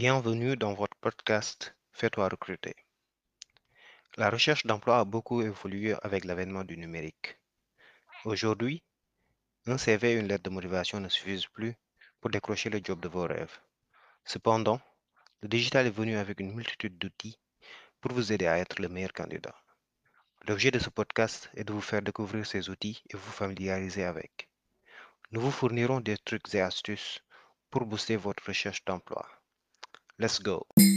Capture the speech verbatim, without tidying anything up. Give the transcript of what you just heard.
Bienvenue dans votre podcast Fais-toi recruter. La recherche d'emploi a beaucoup évolué avec l'avènement du numérique. Aujourd'hui, un C V et une lettre de motivation ne suffisent plus pour décrocher le job de vos rêves. Cependant, le digital est venu avec une multitude d'outils pour vous aider à être le meilleur candidat. L'objet de ce podcast est de vous faire découvrir ces outils et vous familiariser avec. Nous vous fournirons des trucs et astuces pour booster votre recherche d'emploi. Let's go!